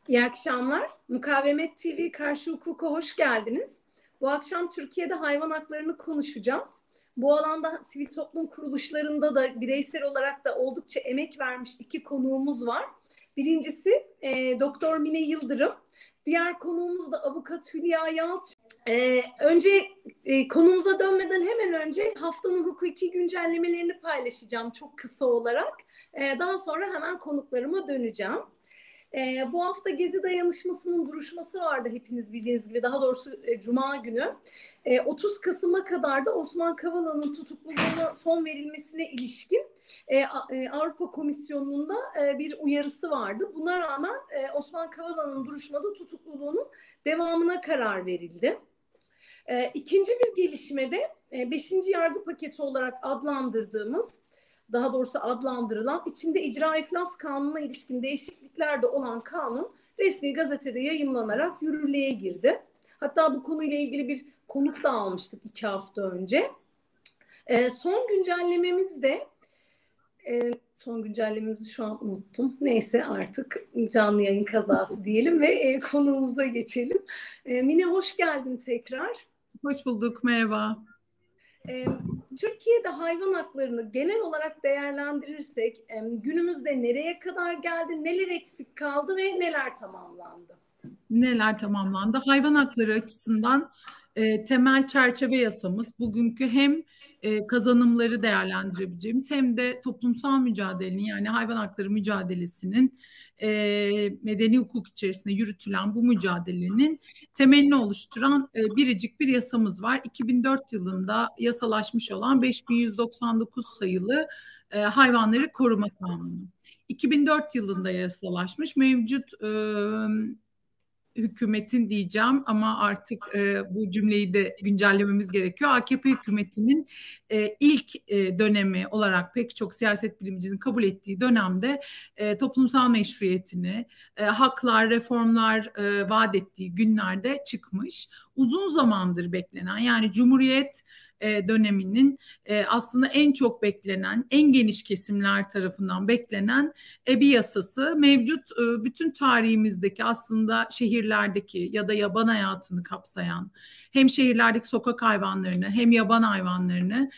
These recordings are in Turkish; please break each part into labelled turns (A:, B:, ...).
A: İyi akşamlar. Mukavemet TV Karşı Hukuka hoş geldiniz. Bu akşam Türkiye'de hayvan haklarını konuşacağız. Bu alanda sivil toplum kuruluşlarında da bireysel olarak da oldukça emek vermiş iki konuğumuz var. Birincisi Doktor Mine Yıldırım. Diğer konuğumuz da Avukat Hülya Yalçın. Önce konumuza dönmeden hemen önce haftanın hukuki güncellemelerini paylaşacağım çok kısa olarak. Daha sonra hemen konuklarıma döneceğim. Bu hafta Gezi Dayanışması'nın duruşması vardı hepiniz bildiğiniz gibi. Daha doğrusu Cuma günü. 30 Kasım'a kadar da Osman Kavala'nın tutukluluğuna son verilmesine ilişkin Avrupa Komisyonu'nun da bir uyarısı vardı. Buna rağmen Osman Kavala'nın duruşmada tutukluluğunun devamına karar verildi. İkinci bir gelişmede 5. yargı paketi olarak adlandırılan içinde icra iflas kanununa ilişkin değişiklikler de olan kanun resmi gazetede yayımlanarak yürürlüğe girdi. Hatta bu konuyla ilgili bir konuk da almıştık 2 hafta önce. Son güncellememizi şu an unuttum. Neyse artık canlı yayın kazası diyelim ve konuğumuza geçelim. Mine hoş geldin tekrar.
B: Hoş bulduk, merhaba.
A: Türkiye'de hayvan haklarını genel olarak değerlendirirsek günümüzde nereye kadar geldi, neler eksik kaldı ve neler tamamlandı?
B: Neler tamamlandı? Hayvan hakları açısından temel çerçeve yasamız bugünkü hem kazanımları değerlendirebileceğimiz hem de toplumsal mücadelenin yani hayvan hakları mücadelesinin medeni hukuk içerisinde yürütülen bu mücadelenin temelini oluşturan biricik bir yasamız var. 2004 yılında yasalaşmış olan 5199 sayılı Hayvanları Koruma Kanunu. 2004 yılında yasalaşmış mevcut hükümetin diyeceğim ama artık bu cümleyi de güncellememiz gerekiyor. AKP hükümetinin ilk dönemi olarak pek çok siyaset bilimcinin kabul ettiği dönemde toplumsal meşruiyetini, haklar, reformlar vaat ettiği günlerde çıkmış. Uzun zamandır beklenen yani Cumhuriyet döneminin aslında en çok beklenen, en geniş kesimler tarafından beklenen bir yasası. Mevcut bütün tarihimizdeki aslında şehirlerdeki ya da yaban hayatını kapsayan hem şehirlerdeki sokak hayvanlarını hem yaban hayvanlarını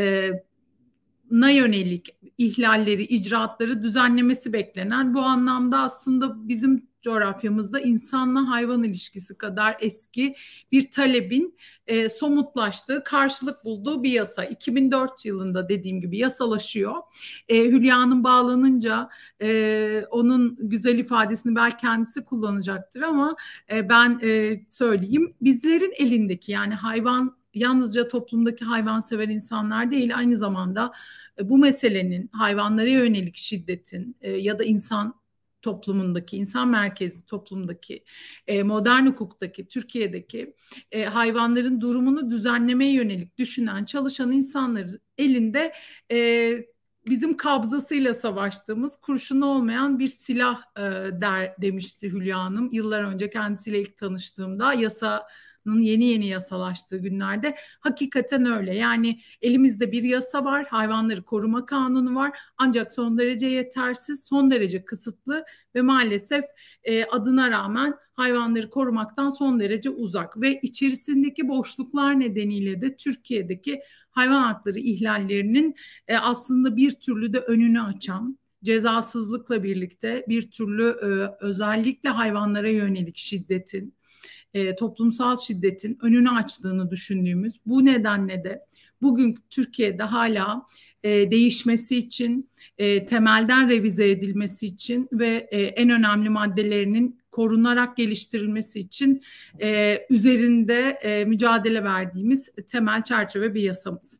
B: na yönelik ihlalleri, icraatları düzenlemesi beklenen bu anlamda aslında bizim coğrafyamızda insanla hayvan ilişkisi kadar eski bir talebin somutlaştığı, karşılık bulduğu bir yasa. 2004 yılında dediğim gibi yasalaşıyor. Hülya'nın bağlanınca onun güzel ifadesini belki kendisi kullanacaktır ama ben söyleyeyim. Bizlerin elindeki yani hayvan yalnızca toplumdaki hayvansever insanlar değil, aynı zamanda bu meselenin hayvanlara yönelik şiddetin ya da insan toplumundaki, insan merkezli toplumdaki, modern hukuktaki, Türkiye'deki hayvanların durumunu düzenlemeye yönelik düşünen, çalışan insanların elinde bizim kabzasıyla savaştığımız kurşunu olmayan bir silah demişti Hülya Hanım. Yıllar önce kendisiyle ilk tanıştığımda yeni yasalaştığı günlerde hakikaten öyle. Yani elimizde bir yasa var, hayvanları koruma kanunu var ancak son derece yetersiz, son derece kısıtlı ve maalesef adına rağmen hayvanları korumaktan son derece uzak ve içerisindeki boşluklar nedeniyle de Türkiye'deki hayvan hakları ihlallerinin aslında bir türlü de önünü açan, cezasızlıkla birlikte bir türlü özellikle hayvanlara yönelik şiddetin, toplumsal şiddetin önünü açtığını düşündüğümüz bu nedenle de bugün Türkiye'de hala değişmesi için, temelden revize edilmesi için ve en önemli maddelerinin korunarak geliştirilmesi için üzerinde mücadele verdiğimiz temel çerçeve bir yasamız.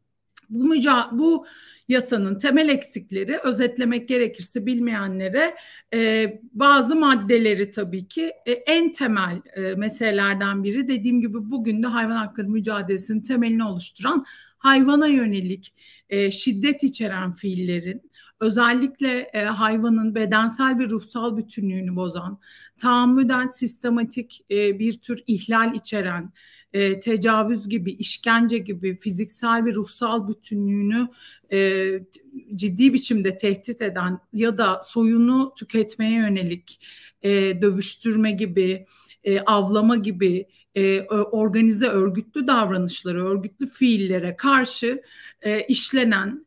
B: Bu yasanın temel eksikleri özetlemek gerekirse bilmeyenlere bazı maddeleri tabii ki en temel meselelerden biri dediğim gibi bugün de hayvan hakları mücadelesinin temelini oluşturan hayvana yönelik şiddet içeren fiillerin özellikle hayvanın bedensel ve ruhsal bütünlüğünü bozan, tahammüden sistematik bir tür ihlal içeren, tecavüz gibi, işkence gibi fiziksel ve ruhsal bütünlüğünü ciddi biçimde tehdit eden ya da soyunu tüketmeye yönelik dövüştürme gibi, avlama gibi organize örgütlü davranışları, örgütlü fiillere karşı işlenen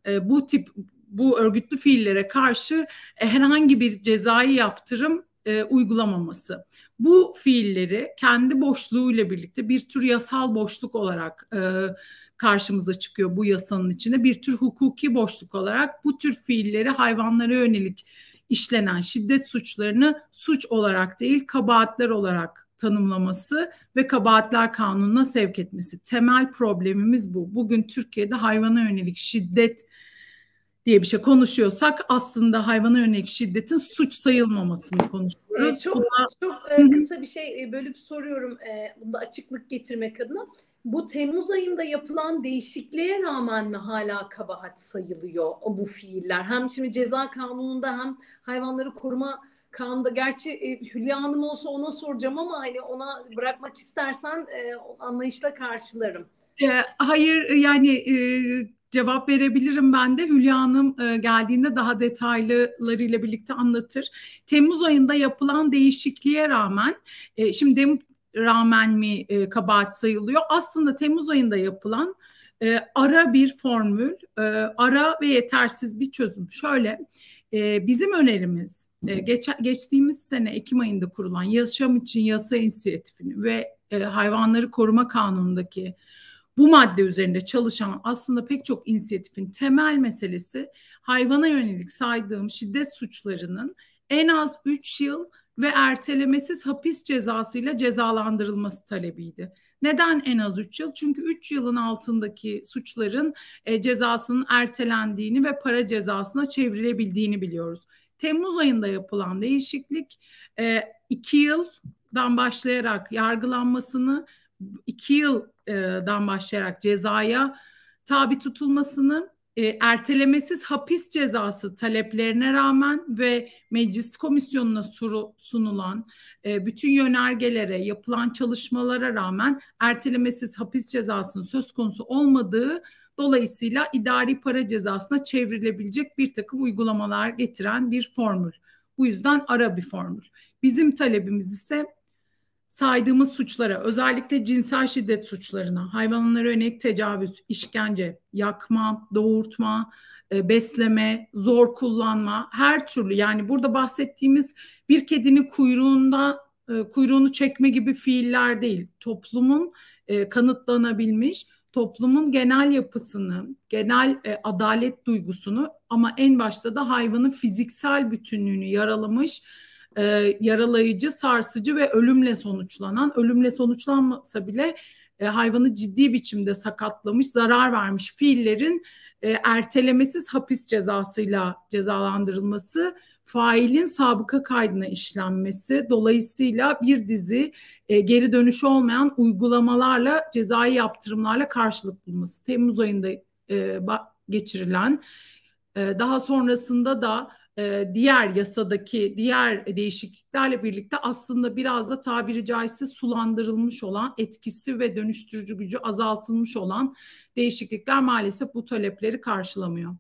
B: bu örgütlü fiillere karşı herhangi bir cezai yaptırım uygulamaması. Bu fiilleri kendi boşluğuyla birlikte bir tür yasal boşluk olarak karşımıza çıkıyor bu yasanın içinde. Bir tür hukuki boşluk olarak bu tür fiilleri hayvanlara yönelik işlenen şiddet suçlarını suç olarak değil kabahatler olarak tanımlaması ve kabahatler kanununa sevk etmesi. Temel problemimiz bu. Bugün Türkiye'de hayvana yönelik şiddet diye bir şey konuşuyorsak aslında hayvana yönelik şiddetin suç sayılmamasını konuşuyoruz.
A: Çok kısa bir şey bölüp soruyorum, bunda açıklık getirmek adına. Bu Temmuz ayında yapılan değişikliğe rağmen mi hala kabahat sayılıyor bu fiiller? Hem şimdi ceza kanununda hem hayvanları koruma kanunda. Gerçi Hülya Hanım olsa ona soracağım ama hani ona bırakmak istersen anlayışla karşılarım.
B: Hayır, yani cevap verebilirim ben de. Hülya Hanım geldiğinde daha detaylılarıyla birlikte anlatır. Temmuz ayında yapılan değişikliğe rağmen, şimdi rağmen mi kabahat sayılıyor? Aslında Temmuz ayında yapılan ara bir formül, ara ve yetersiz bir çözüm. Şöyle, bizim önerimiz geçtiğimiz sene Ekim ayında kurulan Yaşam İçin Yasa İnisiyatifini ve Hayvanları Koruma Kanunu'ndaki bu madde üzerinde çalışan aslında pek çok inisiyatifin temel meselesi hayvana yönelik saydığım şiddet suçlarının en az 3 yıl ve ertelemesiz hapis cezasıyla cezalandırılması talebiydi. Neden en az 3 yıl? Çünkü 3 yılın altındaki suçların cezasının ertelendiğini ve para cezasına çevrilebildiğini biliyoruz. Temmuz ayında yapılan değişiklik 2 yıldan başlayarak yargılanmasını, 2 yıldan başlayarak cezaya tabi tutulmasını, ertelemesiz hapis cezası taleplerine rağmen ve meclis komisyonuna sunulan bütün yönergelere, yapılan çalışmalara rağmen ertelemesiz hapis cezasının söz konusu olmadığı, dolayısıyla idari para cezasına çevrilebilecek bir takım uygulamalar getiren bir formül. Bu yüzden ara bir formül. Bizim talebimiz ise saydığımız suçlara, özellikle cinsel şiddet suçlarına, hayvanlara yönelik tecavüz, işkence, yakma, doğurtma, besleme, zor kullanma, her türlü, yani burada bahsettiğimiz bir kedinin kuyruğunu çekme gibi fiiller değil. Toplumun kanıtlanabilmiş, toplumun genel yapısını, genel adalet duygusunu ama en başta da hayvanın fiziksel bütünlüğünü yaralamış, yaralayıcı, sarsıcı ve ölümle sonuçlanmasa bile hayvanı ciddi biçimde sakatlamış, zarar vermiş fiillerin ertelemesiz hapis cezasıyla cezalandırılması, failin sabıka kaydına işlenmesi, dolayısıyla bir dizi geri dönüşü olmayan uygulamalarla, cezai yaptırımlarla karşılık bulması. Temmuz ayında geçirilen, daha sonrasında da diğer yasadaki diğer değişikliklerle birlikte aslında biraz da tabiri caizse sulandırılmış olan, etkisi ve dönüştürücü gücü azaltılmış olan değişiklikler maalesef bu talepleri karşılamıyor.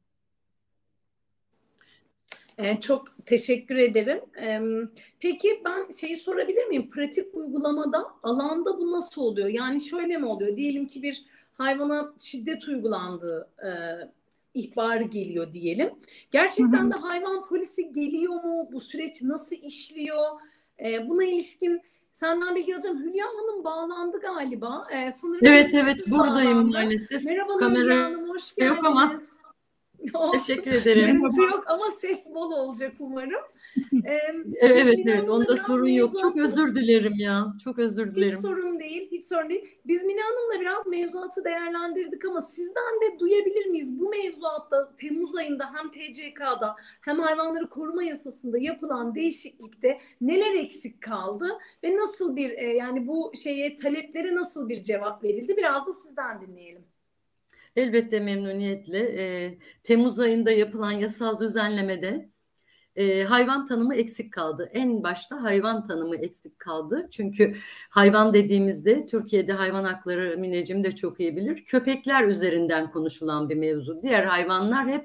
A: Çok teşekkür ederim. Peki ben şeyi sorabilir miyim? Pratik uygulamada, alanda bu nasıl oluyor? Yani şöyle mi oluyor? Diyelim ki bir hayvana şiddet uygulandığı ihbarı geliyor diyelim. Gerçekten de hayvan polisi geliyor mu? Bu süreç nasıl işliyor? Buna ilişkin senden bilgi alacağım. Hülya Hanım bağlandı galiba. Sanırım
C: evet buradayım maalesef.
A: Merhabalar
C: Kamera
A: Hülya Hanım, hoş geldiniz.
C: yok ama teşekkür ederim.
A: Görüntü yok ama ses bol olacak umarım.
C: Evet, onda sorun yok. Çok özür dilerim ya. Çok özür dilerim.
A: Hiç sorun değil. Biz Mine Hanım'la biraz mevzuatı değerlendirdik ama sizden de duyabilir miyiz? Bu mevzuatta Temmuz ayında hem TCK'da hem Hayvanları Koruma Yasası'nda yapılan değişiklikte neler eksik kaldı ve nasıl bir yani bu taleplere nasıl bir cevap verildi? Biraz da sizden dinleyelim.
C: Elbette memnuniyetle. Temmuz ayında yapılan yasal düzenlemede hayvan tanımı eksik kaldı. En başta hayvan tanımı eksik kaldı. Çünkü hayvan dediğimizde Türkiye'de hayvan hakları Mineciğim de çok iyi bilir. Köpekler üzerinden konuşulan bir mevzu. Diğer hayvanlar hep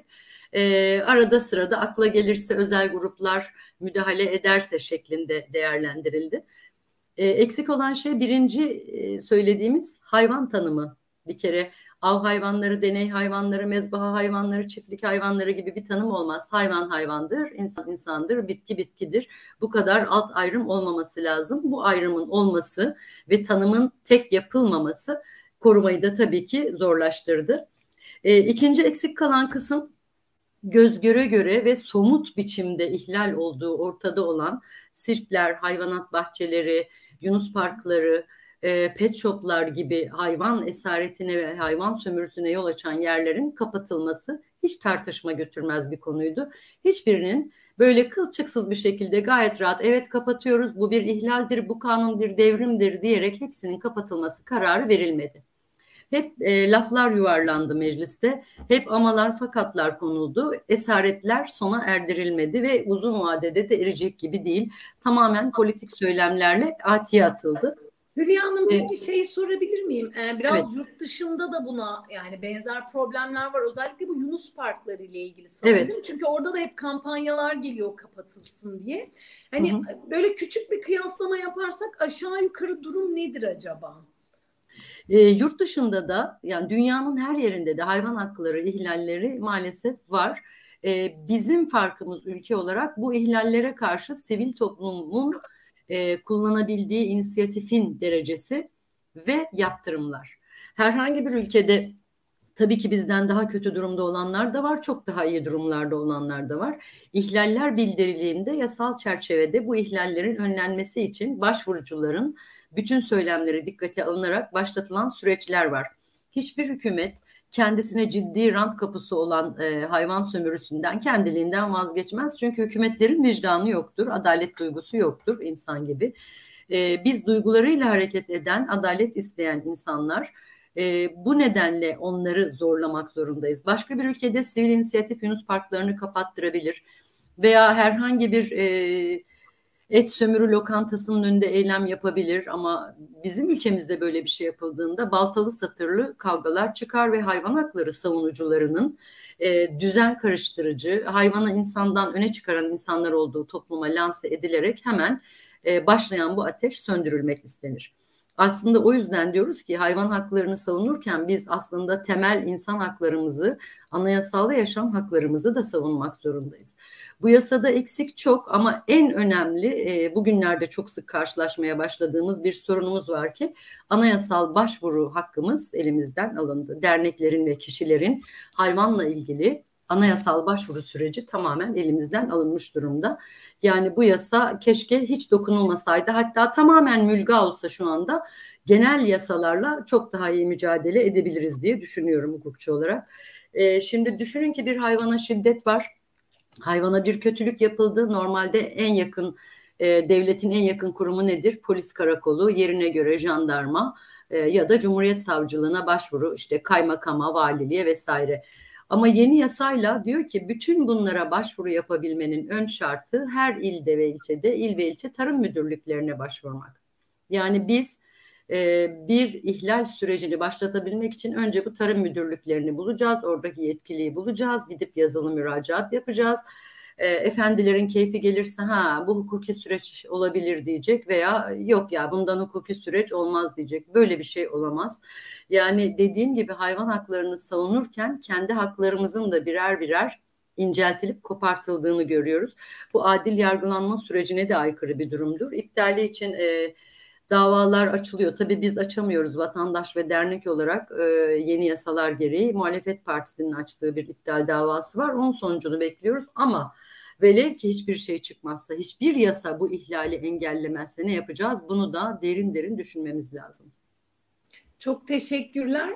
C: Arada sırada akla gelirse özel gruplar müdahale ederse şeklinde değerlendirildi. Eksik olan şey birinci söylediğimiz hayvan tanımı. Bir kere av hayvanları, deney hayvanları, mezbaha hayvanları, çiftlik hayvanları gibi bir tanım olmaz. Hayvan hayvandır, insan insandır, bitki bitkidir. Bu kadar alt ayrım olmaması lazım. Bu ayrımın olması ve tanımın tek yapılmaması korumayı da tabii ki zorlaştırdı. İkinci eksik kalan kısım göz göre göre ve somut biçimde ihlal olduğu ortada olan sirkler, hayvanat bahçeleri, yunus parkları, pet shoplar gibi hayvan esaretine ve hayvan sömürüsüne yol açan yerlerin kapatılması hiç tartışma götürmez bir konuydu. Hiçbirinin böyle kılçıksız bir şekilde gayet rahat evet kapatıyoruz, bu bir ihlaldir, bu kanun bir devrimdir diyerek hepsinin kapatılması kararı verilmedi. Hep laflar yuvarlandı mecliste. Hep amalar fakatlar konuldu. Esaretler sona erdirilmedi ve uzun vadede de erecek gibi değil. Tamamen politik söylemlerle atiye atıldı.
A: Hülya Hanım peki şeyi sorabilir miyim? Biraz
C: Evet.
A: yurt dışında da buna yani benzer problemler var. Özellikle bu Yunus parkları ile ilgili sanırım.
C: Evet.
A: Çünkü orada da hep kampanyalar geliyor kapatılsın diye. Hani böyle küçük bir kıyaslama yaparsak aşağı yukarı durum nedir acaba?
C: Yurt dışında da yani dünyanın her yerinde de hayvan hakları ihlalleri maalesef var. Bizim farkımız ülke olarak bu ihlallere karşı sivil toplumun kullanabildiği inisiyatifin derecesi ve yaptırımlar. Herhangi bir ülkede tabii ki bizden daha kötü durumda olanlar da var, çok daha iyi durumlarda olanlar da var. İhlaller bildirildiğinde yasal çerçevede bu ihlallerin önlenmesi için başvurucuların bütün söylemleri dikkate alınarak başlatılan süreçler var. Hiçbir hükümet kendisine ciddi rant kapısı olan hayvan sömürüsünden kendiliğinden vazgeçmez. Çünkü hükümetlerin vicdanı yoktur, adalet duygusu yoktur insan gibi. Biz duygularıyla hareket eden, adalet isteyen insanlar. Bu nedenle onları zorlamak zorundayız. Başka bir ülkede sivil inisiyatif yunus parklarını kapattırabilir veya herhangi bir et sömürü lokantasının önünde eylem yapabilir ama bizim ülkemizde böyle bir şey yapıldığında baltalı satırlı kavgalar çıkar ve hayvan hakları savunucularının düzen karıştırıcı, hayvanı insandan öne çıkaran insanlar olduğu topluma lanse edilerek hemen başlayan bu ateş söndürülmek istenir. Aslında o yüzden diyoruz ki hayvan haklarını savunurken biz aslında temel insan haklarımızı, anayasal ve yaşam haklarımızı da savunmak zorundayız. Bu yasada eksik çok ama en önemli bugünlerde çok sık karşılaşmaya başladığımız bir sorunumuz var ki anayasal başvuru hakkımız elimizden alındı. Derneklerin ve kişilerin hayvanla ilgili anayasal başvuru süreci tamamen elimizden alınmış durumda. Yani bu yasa keşke hiç dokunulmasaydı. Hatta tamamen mülga olsa şu anda genel yasalarla çok daha iyi mücadele edebiliriz diye düşünüyorum hukukçu olarak. Şimdi düşünün ki bir hayvana şiddet var. Hayvana bir kötülük yapıldı. Normalde en yakın devletin en yakın kurumu nedir? Polis karakolu, yerine göre jandarma ya da Cumhuriyet Savcılığına başvuru, işte kaymakama, valiliğe vesaire. Ama yeni yasayla diyor ki bütün bunlara başvuru yapabilmenin ön şartı her ilde ve ilçede, il ve ilçe tarım müdürlüklerine başvurmak. Yani biz bir ihlal sürecini başlatabilmek için önce bu tarım müdürlüklerini bulacağız, oradaki yetkiliyi bulacağız, gidip yazılı müracaat yapacağız. Efendilerin keyfi gelirse bu hukuki süreç olabilir diyecek veya yok ya bundan hukuki süreç olmaz diyecek. Böyle bir şey olamaz. Yani dediğim gibi hayvan haklarını savunurken kendi haklarımızın da birer birer inceltilip kopartıldığını görüyoruz. Bu adil yargılanma sürecine de aykırı bir durumdur. İptali için davalar açılıyor. Tabii biz açamıyoruz vatandaş ve dernek olarak yeni yasalar gereği muhalefet partisinin açtığı bir iptal davası var. Onun sonucunu bekliyoruz ama velev ki hiçbir şey çıkmazsa, hiçbir yasa bu ihlali engellemezse ne yapacağız? Bunu da derin derin düşünmemiz lazım.
A: Çok teşekkürler.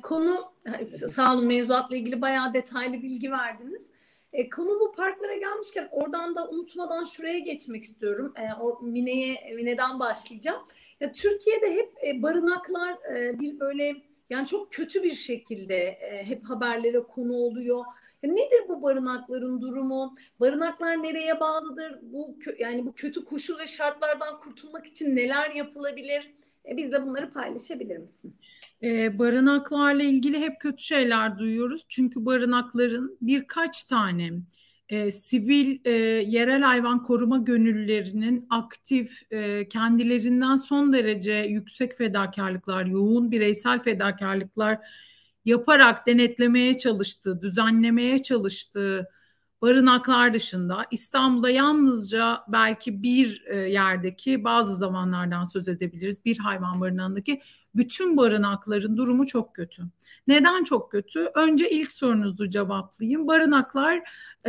A: Sağ olun, mevzuatla ilgili bayağı detaylı bilgi verdiniz. Konu bu parklara gelmişken oradan da unutmadan şuraya geçmek istiyorum. Mine'den başlayacağım. Ya, Türkiye'de hep barınaklar bir böyle yani çok kötü bir şekilde hep haberlere konu oluyor. Nedir bu barınakların durumu? Barınaklar nereye bağlıdır? Yani bu kötü koşul ve şartlardan kurtulmak için neler yapılabilir? Bizle bunları paylaşabilir misin?
B: Barınaklarla ilgili hep kötü şeyler duyuyoruz. Çünkü barınakların birkaç tane sivil yerel hayvan koruma gönüllülerinin aktif, kendilerinden son derece yüksek fedakarlıklar, yoğun bireysel fedakarlıklar yaparak denetlemeye çalıştığı, düzenlemeye çalıştığı barınaklar dışında İstanbul'da yalnızca belki bir yerdeki bazı zamanlardan söz edebiliriz. Bir hayvan barınağındaki bütün barınakların durumu çok kötü. Neden çok kötü? Önce ilk sorunuzu cevaplayayım. Barınaklar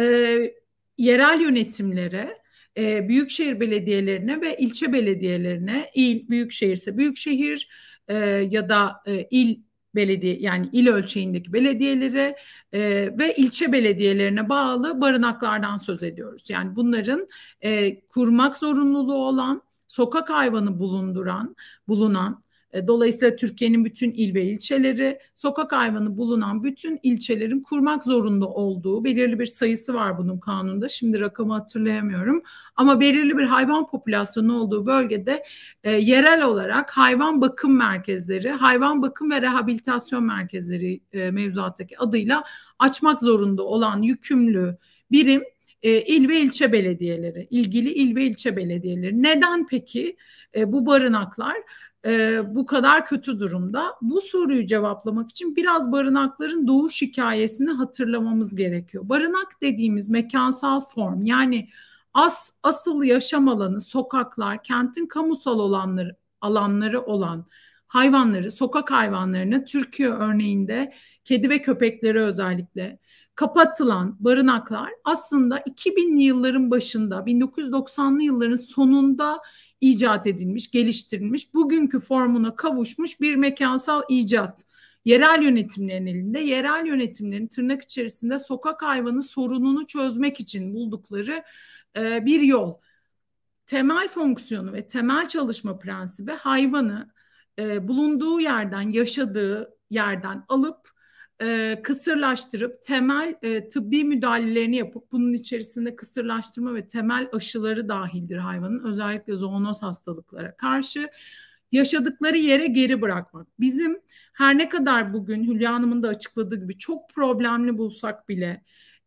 B: yerel yönetimlere, büyükşehir belediyelerine ve ilçe belediyelerine, büyükşehirse büyükşehir ya da il belediye, yani il ölçeğindeki belediyelere ve ilçe belediyelerine bağlı barınaklardan söz ediyoruz. Yani bunların kurmak zorunluluğu olan, sokak hayvanı bulunan, dolayısıyla Türkiye'nin bütün il ve ilçeleri, sokak hayvanı bulunan bütün ilçelerin kurmak zorunda olduğu belirli bir sayısı var bunun kanunda. Şimdi rakamı hatırlayamıyorum. Ama belirli bir hayvan popülasyonu olduğu bölgede yerel olarak hayvan bakım merkezleri, hayvan bakım ve rehabilitasyon merkezleri mevzuattaki adıyla açmak zorunda olan yükümlü birim il ve ilçe belediyeleri, ilgili il ve ilçe belediyeleri. Neden peki bu barınaklar bu kadar kötü durumda? Bu soruyu cevaplamak için biraz barınakların doğuş hikayesini hatırlamamız gerekiyor. Barınak dediğimiz mekansal form, yani asıl yaşam alanı sokaklar, kentin kamusal alanları olan hayvanları, sokak hayvanlarını, Türkiye örneğinde kedi ve köpekleri özellikle kapatılan barınaklar aslında 2000'li yılların başında, 1990'lı yılların sonunda icat edilmiş, geliştirilmiş, bugünkü formuna kavuşmuş bir mekansal icat. Yerel yönetimlerin elinde, yerel yönetimlerin tırnak içerisinde sokak hayvanı sorununu çözmek için buldukları bir yol. Temel fonksiyonu ve temel çalışma prensibi hayvanı bulunduğu yerden, yaşadığı yerden alıp kısırlaştırıp temel tıbbi müdahalelerini yapıp bunun içerisinde kısırlaştırma ve temel aşıları dahildir hayvanın, özellikle zoonoz hastalıklara karşı yaşadıkları yere geri bırakmak. Bizim her ne kadar bugün Hülya Hanım'ın da açıkladığı gibi çok problemli bulsak bile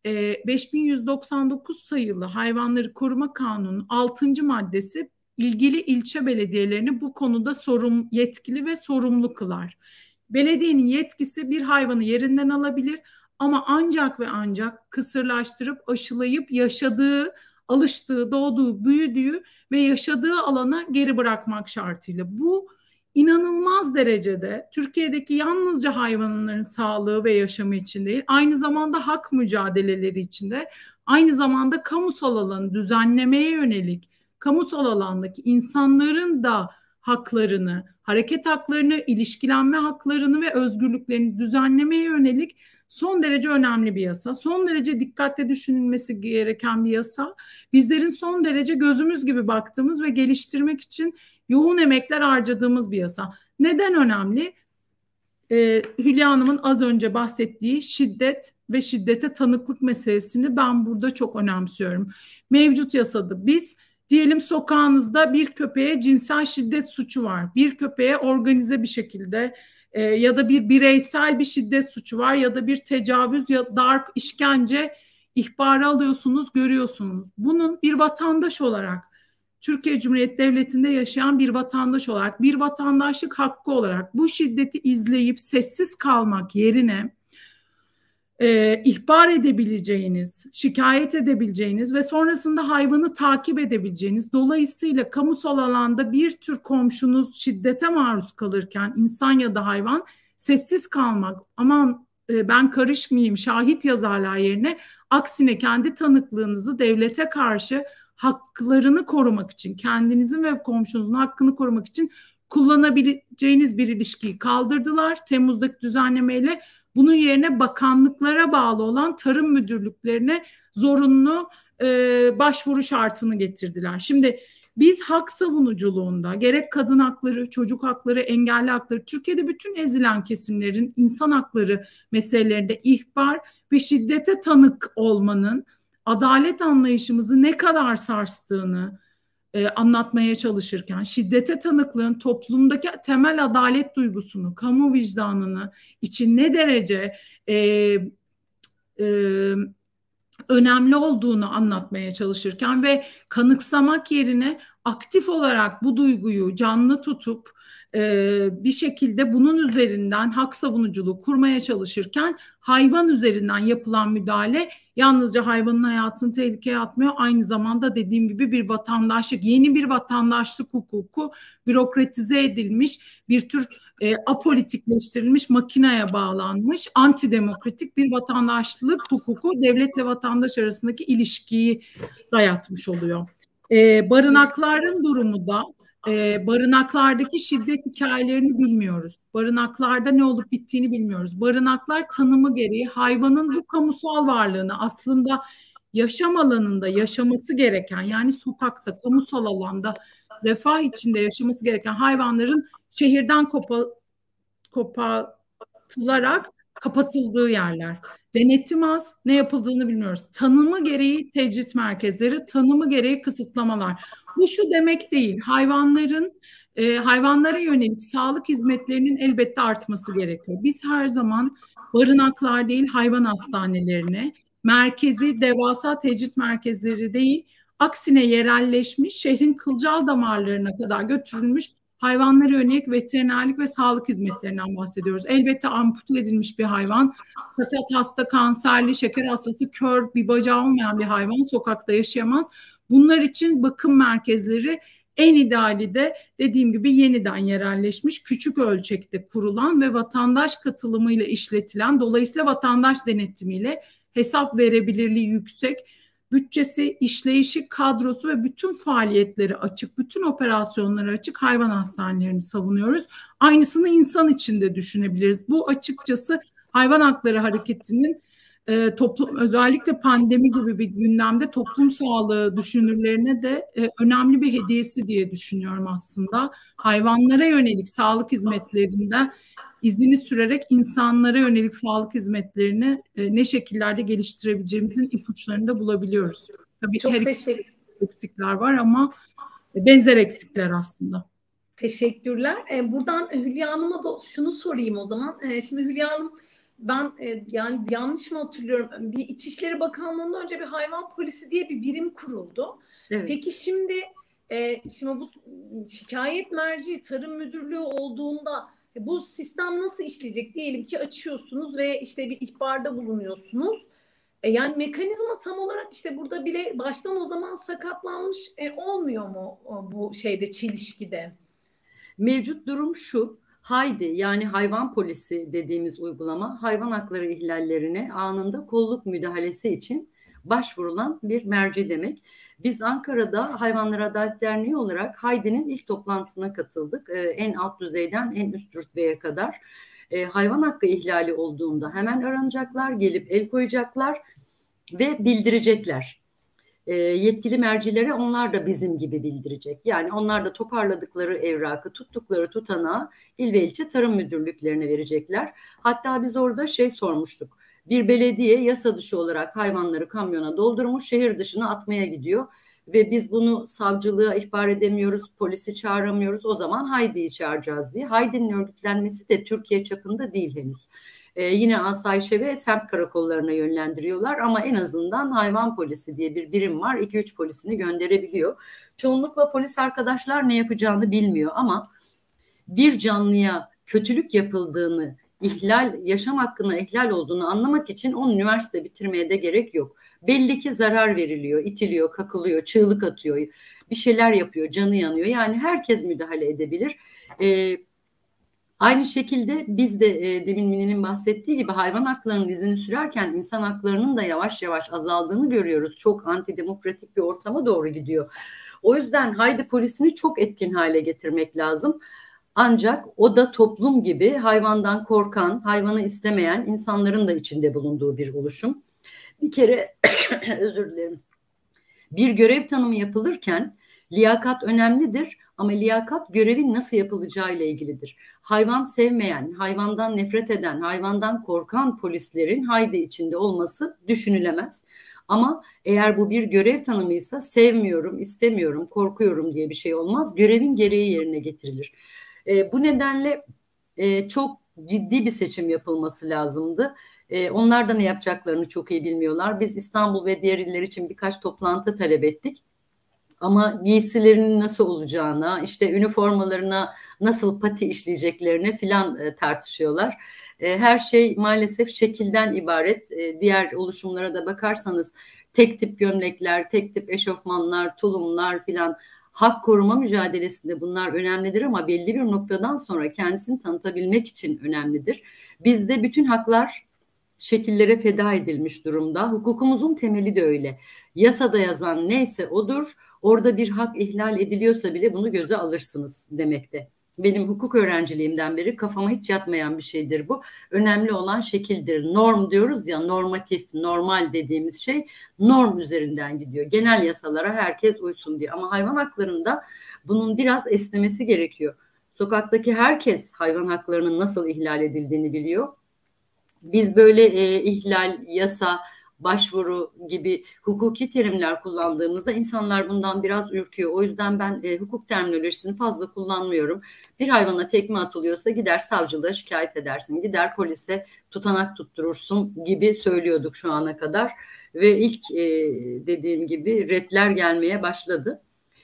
B: 5199 sayılı Hayvanları Koruma Kanunu'nun 6. maddesi ilgili ilçe belediyelerini bu konuda yetkili ve sorumlu kılar. Belediyenin yetkisi bir hayvanı yerinden alabilir ama ancak ve ancak kısırlaştırıp aşılayıp yaşadığı, alıştığı, doğduğu, büyüdüğü ve yaşadığı alana geri bırakmak şartıyla. Bu inanılmaz derecede Türkiye'deki yalnızca hayvanların sağlığı ve yaşamı için değil, aynı zamanda hak mücadeleleri içinde, aynı zamanda kamusal alanı düzenlemeye yönelik, kamusal alandaki insanların da haklarını, hareket haklarını, ilişkilenme haklarını ve özgürlüklerini düzenlemeye yönelik son derece önemli bir yasa. Son derece dikkatle düşünülmesi gereken bir yasa. Bizlerin son derece gözümüz gibi baktığımız ve geliştirmek için yoğun emekler harcadığımız bir yasa. Neden önemli? Hülya Hanım'ın az önce bahsettiği şiddet ve şiddete tanıklık meselesini ben burada çok önemsiyorum. Mevcut yasada biz diyelim sokağınızda bir köpeğe cinsel şiddet suçu var. Bir köpeğe organize bir şekilde ya da bir bireysel bir şiddet suçu var ya da bir tecavüz ya darp, işkence ihbarı alıyorsunuz, görüyorsunuz. Bunun bir vatandaş olarak, Türkiye Cumhuriyeti Devleti'nde yaşayan bir vatandaş olarak, bir vatandaşlık hakkı olarak bu şiddeti izleyip sessiz kalmak yerine ihbar edebileceğiniz, şikayet edebileceğiniz ve sonrasında hayvanı takip edebileceğiniz, dolayısıyla kamusal alanda bir tür komşunuz şiddete maruz kalırken insan ya da hayvan sessiz kalmak, aman ben karışmayayım, şahit yazarlar yerine aksine kendi tanıklığınızı devlete karşı haklarını korumak için, kendinizin ve komşunuzun hakkını korumak için kullanabileceğiniz bir ilişkiyi kaldırdılar. Temmuz'daki düzenlemeyle bunun yerine bakanlıklara bağlı olan tarım müdürlüklerine zorunlu başvuru şartını getirdiler. Şimdi biz hak savunuculuğunda gerek kadın hakları, çocuk hakları, engelli hakları, Türkiye'de bütün ezilen kesimlerin insan hakları meselelerinde ihbar ve şiddete tanık olmanın adalet anlayışımızı ne kadar sarstığını anlatmaya çalışırken, şiddete tanıklığın toplumdaki temel adalet duygusunu, kamu vicdanını için ne derece e, e, önemli olduğunu anlatmaya çalışırken ve kanıksamak yerine aktif olarak bu duyguyu canlı tutup bir şekilde bunun üzerinden hak savunuculuğu kurmaya çalışırken hayvan üzerinden yapılan müdahale yalnızca hayvanın hayatını tehlikeye atmıyor. Aynı zamanda dediğim gibi bir vatandaşlık, yeni bir vatandaşlık hukuku bürokratize edilmiş, bir tür apolitikleştirilmiş, makineye bağlanmış, antidemokratik bir vatandaşlık hukuku devletle vatandaş arasındaki ilişkiyi dayatmış oluyor. Barınakların durumu da barınaklardaki şiddet hikayelerini bilmiyoruz. Barınaklarda ne olup bittiğini bilmiyoruz. Barınaklar tanımı gereği hayvanın bu kamusal varlığını aslında yaşam alanında yaşaması gereken, yani sokakta, kamusal alanda refah içinde yaşaması gereken hayvanların şehirden kopartılarak kapatıldığı yerler. Denetim az, ne yapıldığını bilmiyoruz. Tanımı gereği tecrit merkezleri, tanımı gereği kısıtlamalar. Bu şu demek değil, hayvanlara yönelik sağlık hizmetlerinin elbette artması gerekiyor. Biz her zaman barınaklar değil, hayvan hastanelerine, merkezi devasa tecrit merkezleri değil, aksine yerelleşmiş, şehrin kılcal damarlarına kadar götürülmüş hayvanlara yönelik veterinerlik ve sağlık hizmetlerinden bahsediyoruz. Elbette ampute edilmiş bir hayvan, sakat, hasta, kanserli, şeker hastası, kör, bir bacağı olmayan bir hayvan sokakta yaşayamaz. Bunlar için bakım merkezleri en ideali de dediğim gibi yeniden yerelleşmiş, küçük ölçekte kurulan ve vatandaş katılımıyla işletilen, dolayısıyla vatandaş denetimiyle hesap verebilirliği yüksek, bütçesi, işleyişi, kadrosu ve bütün faaliyetleri açık, bütün operasyonları açık hayvan hastanelerini savunuyoruz. Aynısını insan için de düşünebiliriz. Bu açıkçası hayvan hakları hareketinin toplum, özellikle pandemi gibi bir gündemde toplum sağlığı düşünürlerine de önemli bir hediyesi diye düşünüyorum aslında. Hayvanlara yönelik sağlık hizmetlerinde izini sürerek insanlara yönelik sağlık hizmetlerini ne şekillerde geliştirebileceğimizin ipuçlarını da bulabiliyoruz. Tabii
A: çok
B: her eksikler var ama benzer eksikler aslında.
A: Teşekkürler. Buradan Hülya Hanım'a da şunu sorayım o zaman. Şimdi Hülya Hanım, ben yani yanlış mı hatırlıyorum? Bir İçişleri Bakanlığı'ndan önce bir hayvan polisi diye bir birim kuruldu. Evet. Peki şimdi bu şikayet merci tarım müdürlüğü olduğunda bu sistem nasıl işleyecek? Diyelim ki açıyorsunuz ve işte bir ihbarda bulunuyorsunuz. Yani mekanizma tam olarak işte burada bile baştan o zaman sakatlanmış olmuyor mu bu çelişkide?
C: Mevcut durum şu. Haydi, yani hayvan polisi dediğimiz uygulama hayvan hakları ihlallerine anında kolluk müdahalesi için başvurulan bir merci demek. Biz Ankara'da Hayvanlar Adalet Derneği olarak Haydi'nin ilk toplantısına katıldık. En alt düzeyden en üst rütbeye kadar. Hayvan hakkı ihlali olduğunda hemen aranacaklar, gelip el koyacaklar ve bildirecekler. Yetkili mercilere onlar da bizim gibi bildirecek. Yani onlar da toparladıkları evrakı, tuttukları tutanağı il ve ilçe tarım müdürlüklerine verecekler. Hatta biz orada sormuştuk. Bir belediye yasa dışı olarak hayvanları kamyona doldurmuş, şehir dışına atmaya gidiyor. Ve biz bunu savcılığa ihbar edemiyoruz, polisi çağıramıyoruz. O zaman Haydi'yi çağıracağız diye. Haydi'nin örgütlenmesi de Türkiye çapında değil henüz. Yine asayişe ve semt karakollarına yönlendiriyorlar ama en azından hayvan polisi diye bir birim var. 2-3 polisini gönderebiliyor. Çoğunlukla polis arkadaşlar ne yapacağını bilmiyor ama bir canlıya kötülük yapıldığını, yaşam hakkına ihlal olduğunu anlamak için onun üniversite bitirmeye de gerek yok. Belli ki zarar veriliyor, itiliyor, kakılıyor, çığlık atıyor, bir şeyler yapıyor, canı yanıyor. Yani herkes müdahale edebilir. Aynı şekilde biz de demin Mini'nin bahsettiği gibi hayvan haklarının izini sürerken insan haklarının da yavaş yavaş azaldığını görüyoruz. Çok antidemokratik bir ortama doğru gidiyor. O yüzden Haydi polisini çok etkin hale getirmek lazım. Ancak o da toplum gibi hayvandan korkan, hayvanı istemeyen insanların da içinde bulunduğu bir oluşum. Bir kere özür dilerim. Bir görev tanımı yapılırken liyakat önemlidir ama liyakat görevin nasıl yapılacağıyla ilgilidir. Hayvan sevmeyen, hayvandan nefret eden, hayvandan korkan polislerin Haydi içinde olması düşünülemez. Ama eğer bu bir görev tanımıysa sevmiyorum, istemiyorum, korkuyorum diye bir şey olmaz. Görevin gereği yerine getirilir. Bu nedenle çok ciddi bir seçim yapılması lazımdı. Onlar da ne yapacaklarını çok iyi bilmiyorlar. Biz İstanbul ve diğer iller için birkaç toplantı talep ettik. Ama giysilerinin nasıl olacağına, işte üniformalarına nasıl pati işleyeceklerine filan tartışıyorlar. Her şey maalesef şekilden ibaret. Diğer oluşumlara da bakarsanız tek tip gömlekler, tek tip eşofmanlar, tulumlar filan, hak koruma mücadelesinde bunlar önemlidir ama belli bir noktadan sonra kendisini tanıtabilmek için önemlidir. Bizde bütün haklar şekillere feda edilmiş durumda. Hukukumuzun temeli de öyle. Yasada yazan neyse odur. Orada bir hak ihlal ediliyorsa bile bunu göze alırsınız demekte. Benim hukuk öğrenciliğimden beri kafama hiç yatmayan bir şeydir bu. Önemli olan şekildir. Norm diyoruz ya, normatif, normal dediğimiz şey norm üzerinden gidiyor. Genel yasalara herkes uysun diye. Ama hayvan haklarında bunun biraz esnemesi gerekiyor. Sokaktaki herkes hayvan haklarının nasıl ihlal edildiğini biliyor. Biz böyle ihlal, yasa, başvuru gibi hukuki terimler kullandığımızda insanlar bundan biraz ürküyor. O yüzden ben hukuk terminolojisini fazla kullanmıyorum. Bir hayvana tekme atılıyorsa gider savcılığa şikayet edersin, gider polise tutanak tutturursun gibi söylüyorduk şu ana kadar. Ve ilk dediğim gibi redler gelmeye başladı.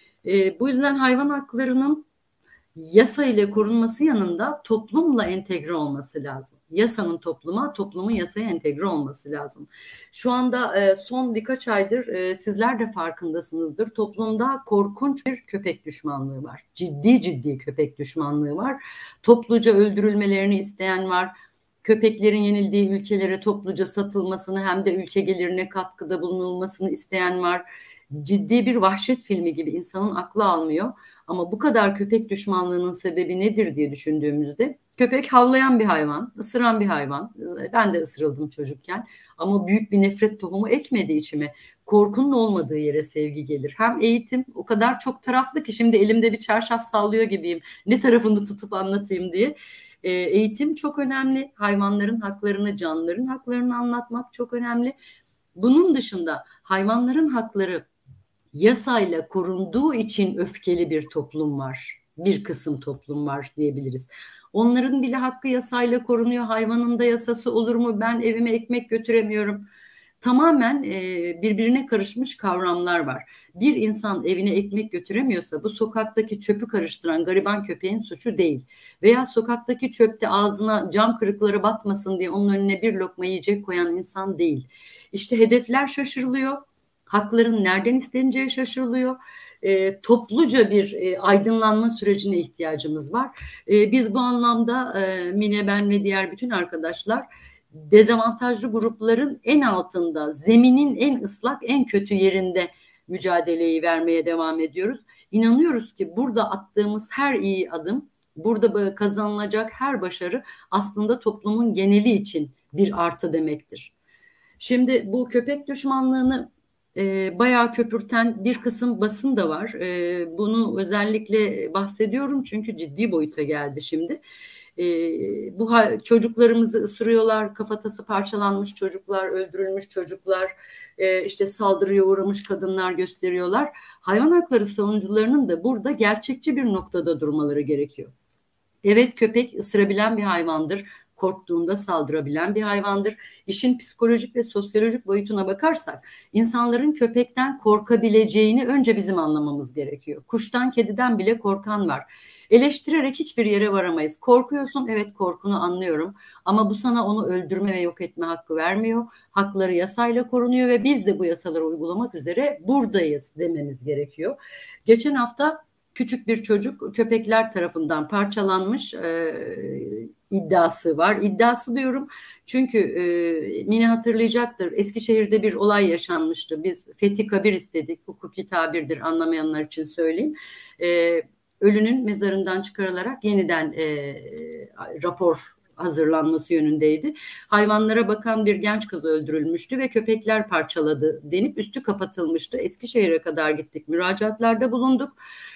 C: Bu yüzden hayvan haklarının yasa ile korunması yanında toplumla entegre olması lazım. Yasanın topluma, toplumun yasaya entegre olması lazım. Şu anda son birkaç aydır sizler de farkındasınızdır. Toplumda korkunç bir köpek düşmanlığı var. Ciddi köpek düşmanlığı var. Topluca öldürülmelerini isteyen var. Köpeklerin yenildiği ülkelere topluca satılmasını hem de ülke gelirine katkıda bulunulmasını isteyen var. Ciddi bir vahşet filmi gibi, insanın aklı almıyor. Ama bu kadar köpek düşmanlığının sebebi nedir diye düşündüğümüzde, köpek havlayan bir hayvan, ısıran bir hayvan. Ben de ısırıldım çocukken ama büyük bir nefret tohumu ekmedi içime. Korkunun olmadığı yere sevgi gelir. Hem eğitim o kadar çok taraflı ki şimdi elimde bir çarşaf sallıyor gibiyim. Ne tarafını tutup anlatayım diye. Eğitim çok önemli. Hayvanların haklarını, canlıların haklarını anlatmak çok önemli. Bunun dışında hayvanların hakları yasayla korunduğu için öfkeli bir toplum var. Bir kısım toplum var diyebiliriz. Onların bile hakkı yasayla korunuyor. Hayvanın da yasası olur mu? Ben evime ekmek götüremiyorum. Tamamen birbirine karışmış kavramlar var. Bir insan evine ekmek götüremiyorsa bu sokaktaki çöpü karıştıran gariban köpeğin suçu değil. Veya sokaktaki çöpte ağzına cam kırıkları batmasın diye onun önüne bir lokma yiyecek koyan insan değil. İşte hedefler şaşırılıyor. Hakların nereden isteneceği şaşırılıyor. Topluca bir aydınlanma sürecine ihtiyacımız var. Biz bu anlamda Mine, ben ve diğer bütün arkadaşlar dezavantajlı grupların en altında, zeminin en ıslak, en kötü yerinde mücadeleyi vermeye devam ediyoruz. İnanıyoruz ki burada attığımız her iyi adım, burada kazanılacak her başarı aslında toplumun geneli için bir artı demektir. Şimdi bu köpek düşmanlığını bayağı köpürten bir kısım basın da var. Bunu özellikle bahsediyorum çünkü ciddi boyuta geldi şimdi. Bu çocuklarımızı ısırıyorlar, kafatası parçalanmış çocuklar, öldürülmüş çocuklar, işte saldırıya uğramış kadınlar gösteriyorlar. Hayvan hakları savunucularının da burada gerçekçi bir noktada durmaları gerekiyor. Evet, köpek ısırabilen bir hayvandır. Korktuğunda saldırabilen bir hayvandır. İşin psikolojik ve sosyolojik boyutuna bakarsak insanların köpekten korkabileceğini önce bizim anlamamız gerekiyor. Kuştan, kediden bile korkan var. Eleştirerek hiçbir yere varamayız. Korkuyorsun, evet, korkunu anlıyorum ama bu sana onu öldürme ve yok etme hakkı vermiyor. Hakları yasayla korunuyor ve biz de bu yasaları uygulamak üzere buradayız dememiz gerekiyor. Geçen hafta küçük bir çocuk köpekler tarafından parçalanmış iddiası var. İddiası diyorum çünkü Mine hatırlayacaktır. Eskişehir'de bir olay yaşanmıştı. Biz fethi kabir istedik. Hukuki tabirdir, anlamayanlar için söyleyeyim. Ölünün mezarından çıkarılarak yeniden rapor hazırlanması yönündeydi. Hayvanlara bakan bir genç kız öldürülmüştü ve köpekler parçaladı denip üstü kapatılmıştı. Eskişehir'e kadar gittik, müracaatlarda bulunduk.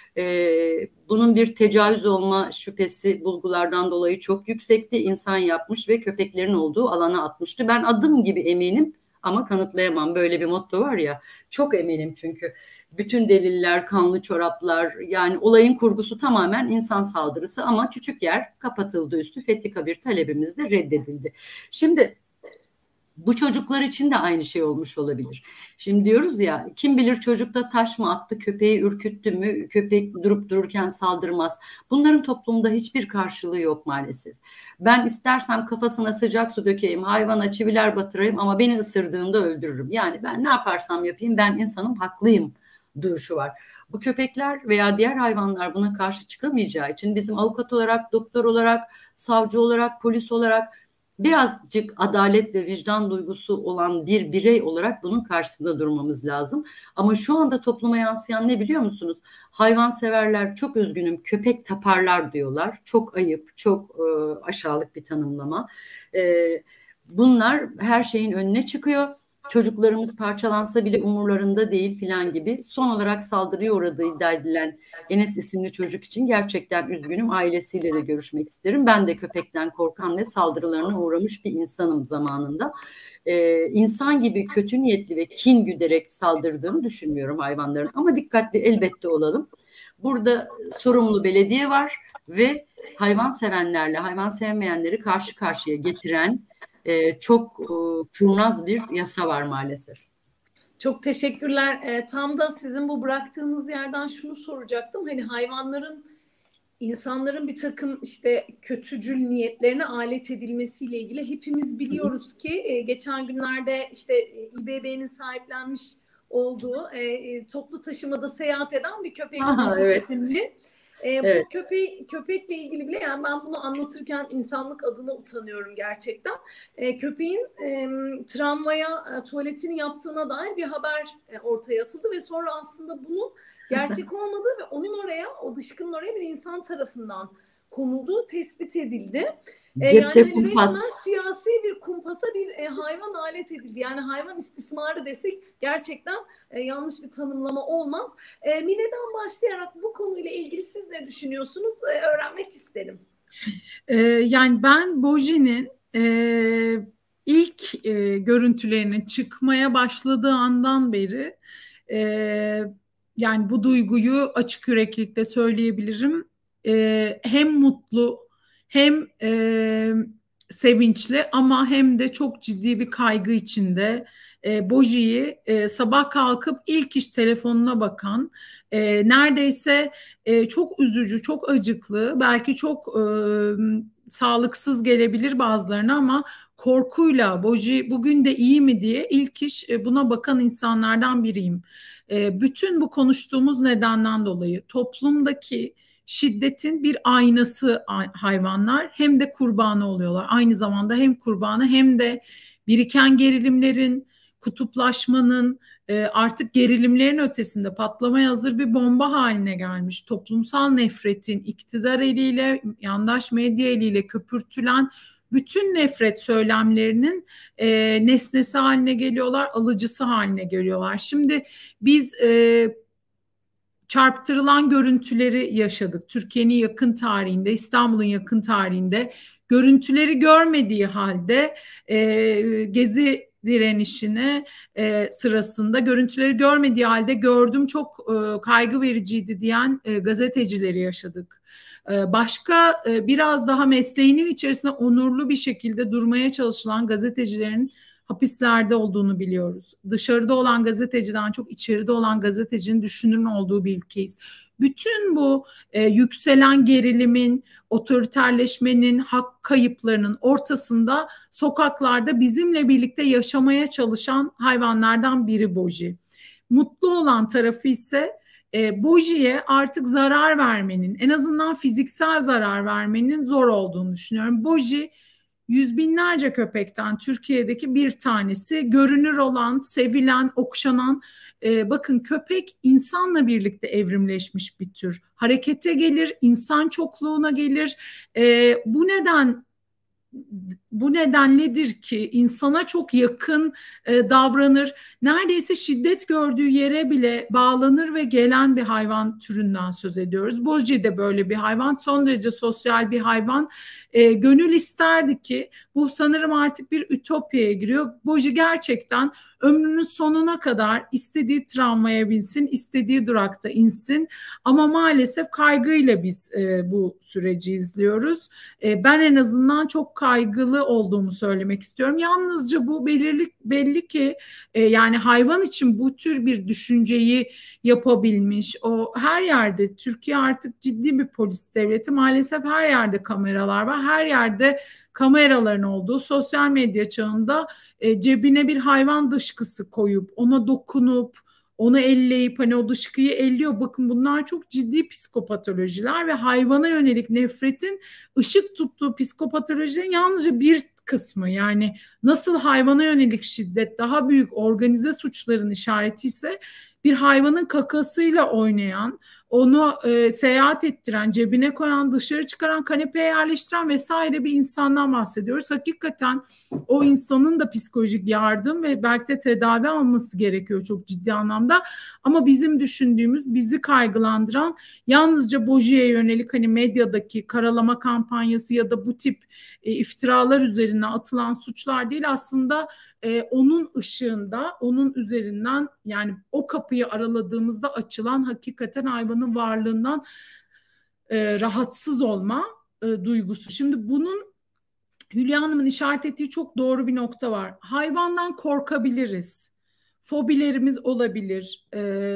C: Bunun bir tecavüz olma şüphesi bulgulardan dolayı çok yüksekti. İnsan yapmış ve köpeklerin olduğu alana atmıştı. Ben adım gibi eminim ama kanıtlayamam. Böyle bir motto var ya. Çok eminim çünkü. Bütün deliller, kanlı çoraplar, yani olayın kurgusu tamamen insan saldırısı ama küçük yer kapatıldı üstü. Fethi Kabir talebimiz de reddedildi. Şimdi bu çocuklar için de aynı şey olmuş olabilir. Şimdi diyoruz ya, kim bilir çocukta taş mı attı, köpeği ürküttü mü, köpek durup dururken saldırmaz. Bunların toplumda hiçbir karşılığı yok maalesef. Ben istersem kafasına sıcak su dökeyim, hayvana çiviler batırayım ama beni ısırdığında öldürürüm. Yani ben ne yaparsam yapayım ben insanım, haklıyım duruşu var. Bu köpekler veya diğer hayvanlar buna karşı çıkamayacağı için bizim avukat olarak, doktor olarak, savcı olarak, polis olarak birazcık adalet ve vicdan duygusu olan bir birey olarak bunun karşısında durmamız lazım. Ama şu anda topluma yansıyan ne biliyor musunuz? Hayvanseverler, çok üzgünüm, köpek taparlar diyorlar. Çok ayıp, çok aşağılık bir tanımlama. Bunlar her şeyin önüne çıkıyor. Çocuklarımız parçalansa bile umurlarında değil filan gibi. Son olarak saldırıya uğradığı iddia edilen Enes isimli çocuk için gerçekten üzgünüm. Ailesiyle de görüşmek isterim. Ben de köpekten korkan ve saldırılarına uğramış bir insanım zamanında. İnsan gibi kötü niyetli ve kin güderek saldırdığını düşünmüyorum hayvanların. Ama dikkatli elbette olalım. Burada sorumlu belediye var ve hayvan sevenlerle hayvan sevmeyenleri karşı karşıya getiren çok kurnaz bir yasa var maalesef.
A: Çok teşekkürler. Tam da sizin bu bıraktığınız yerden şunu soracaktım. Hani hayvanların, insanların bir takım işte kötücül niyetlerine alet edilmesiyle ilgili hepimiz biliyoruz ki geçen günlerde işte İBB'nin sahiplenmiş olduğu toplu taşımada seyahat eden bir köpek
C: evet.
A: isimli.
C: Evet.
A: Bu köpekle ilgili bile, yani ben bunu anlatırken insanlık adına utanıyorum gerçekten. Köpeğin tramvaya tuvaletini yaptığına dair bir haber ortaya atıldı ve sonra aslında bunun gerçek olmadığı ve onun oraya, o dışkının oraya bir insan tarafından konulduğu tespit edildi. Yani hani resmen siyasi bir kumpasa bir hayvan alet edildi. Yani hayvan istismarı desek gerçekten yanlış bir tanımlama olmaz. Mine'den başlayarak bu konuyla ilgili siz ne düşünüyorsunuz? Öğrenmek isterim.
B: Yani ben Boji'nin ilk görüntülerinin çıkmaya başladığı andan beri yani bu duyguyu açık yüreklilikle söyleyebilirim. Hem mutlu hem sevinçli ama hem de çok ciddi bir kaygı içinde Boji'yi sabah kalkıp ilk iş telefonuna bakan, neredeyse çok üzücü, çok acıklı, belki çok sağlıksız gelebilir bazılarına ama korkuyla Boji bugün de iyi mi diye ilk iş buna bakan insanlardan biriyim. Bütün bu konuştuğumuz nedenden dolayı toplumdaki şiddetin bir aynası hayvanlar, hem de kurbanı oluyorlar. Aynı zamanda hem kurbanı hem de biriken gerilimlerin, kutuplaşmanın, artık gerilimlerin ötesinde patlamaya hazır bir bomba haline gelmiş. Toplumsal nefretin iktidar eliyle, yandaş medya eliyle köpürtülen bütün nefret söylemlerinin nesnesi haline geliyorlar, alıcısı haline geliyorlar. Şimdi biz çarptırılan görüntüleri yaşadık. Türkiye'nin yakın tarihinde, İstanbul'un yakın tarihinde görüntüleri görmediği halde Gezi direnişine sırasında görüntüleri görmediği halde gördüm, çok kaygı vericiydi diyen gazetecileri yaşadık. Başka biraz daha mesleğinin içerisinde onurlu bir şekilde durmaya çalışılan gazetecilerin hapislerde olduğunu biliyoruz. Dışarıda olan gazeteciden çok içeride olan gazetecinin düşünürün olduğu bir ülkeyiz. Bütün bu yükselen gerilimin, otoriterleşmenin, hak kayıplarının ortasında sokaklarda bizimle birlikte yaşamaya çalışan hayvanlardan biri Boji. Mutlu olan tarafı ise Boji'ye artık zarar vermenin, en azından fiziksel zarar vermenin zor olduğunu düşünüyorum. Boji yüz binlerce köpekten Türkiye'deki bir tanesi, görünür olan, sevilen, okşanan. Bakın, köpek insanla birlikte evrimleşmiş bir tür. Harekete gelir, insan çokluğuna gelir. Bu neden bu nedenledir ki insana çok yakın davranır. Neredeyse şiddet gördüğü yere bile bağlanır ve gelen bir hayvan türünden söz ediyoruz. Boji de böyle bir hayvan. Son derece sosyal bir hayvan. Gönül isterdi ki, bu sanırım artık bir ütopyaya giriyor. Boji gerçekten ömrünün sonuna kadar istediği tramvaya binsin, istediği durakta insin. Ama maalesef kaygıyla biz bu süreci izliyoruz. Ben en azından çok kaygılı olduğumu söylemek istiyorum. Yalnızca bu belli ki yani hayvan için bu tür bir düşünceyi yapabilmiş. O her yerde, Türkiye artık ciddi bir polis devleti. Maalesef her yerde kameralar var. Her yerde kameraların olduğu sosyal medya çağında cebine bir hayvan dışkısı koyup ona dokunup onu elleyip hani o dışkıyı elliyor. Bakın bunlar çok ciddi psikopatolojiler ve hayvana yönelik nefretin ışık tuttuğu psikopatolojilerin yalnızca bir kısmı. Yani nasıl hayvana yönelik şiddet daha büyük organize suçların işareti ise bir hayvanın kakasıyla oynayan, onu seyahat ettiren, cebine koyan, dışarı çıkaran, kanepeye yerleştiren vesaire bir insandan bahsediyoruz. Hakikaten o insanın da psikolojik yardım ve belki de tedavi alması gerekiyor çok ciddi anlamda. Ama bizim düşündüğümüz, bizi kaygılandıran yalnızca Boji'ye yönelik hani medyadaki karalama kampanyası ya da bu tip iftiralar üzerine atılan suçlar değil, aslında onun ışığında, onun üzerinden, yani o kapıyı araladığımızda açılan hakikaten hayvanın varlığından rahatsız olma duygusu. Şimdi bunun Hülya Hanım'ın işaret ettiği çok doğru bir nokta var. Hayvandan korkabiliriz. Fobilerimiz olabilir.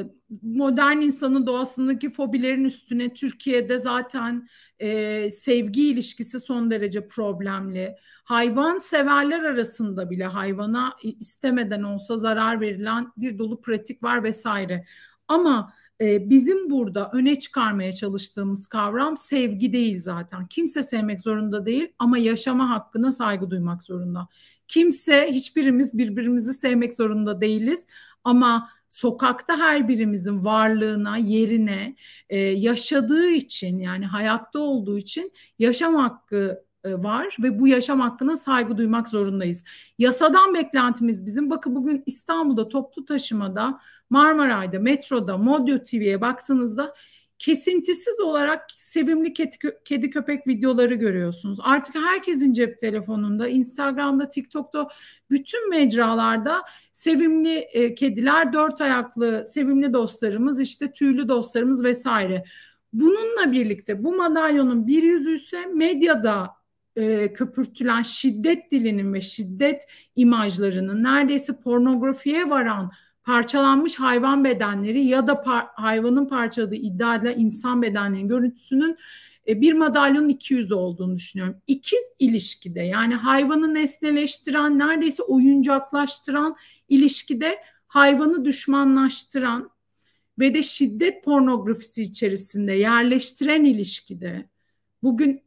B: Modern insanın doğasındaki fobilerin üstüne Türkiye'de zaten sevgi ilişkisi son derece problemli. Hayvan severler arasında bile hayvana istemeden olsa zarar verilen bir dolu pratik var vesaire. Ama bizim burada öne çıkarmaya çalıştığımız kavram sevgi değil zaten. Kimse sevmek zorunda değil ama yaşama hakkına saygı duymak zorunda. Kimse, hiçbirimiz birbirimizi sevmek zorunda değiliz ama sokakta her birimizin varlığına, yerine, yaşadığı için, yani hayatta olduğu için yaşam hakkı var ve bu yaşam hakkına saygı duymak zorundayız. Yasadan beklentimiz bizim, bakın bugün İstanbul'da toplu taşımada, Marmaray'da, metroda, Modyo TV'ye baktığınızda kesintisiz olarak sevimli kedi köpek videoları görüyorsunuz. Artık herkesin cep telefonunda, Instagram'da, TikTok'ta, bütün mecralarda sevimli kediler, dört ayaklı sevimli dostlarımız, işte tüylü dostlarımız vesaire. Bununla birlikte bu madalyonun bir yüzü ise medyada köpürtülen şiddet dilinin ve şiddet imajlarının, neredeyse pornografiye varan parçalanmış hayvan bedenleri ya da hayvanın parçaladığı iddia edilen insan bedenlerinin görüntüsünün bir madalyonun iki yüzü olduğunu düşünüyorum. İki ilişkide, yani hayvanı nesneleştiren, neredeyse oyuncaklaştıran ilişkide, hayvanı düşmanlaştıran ve de şiddet pornografisi içerisinde yerleştiren ilişkide, bugün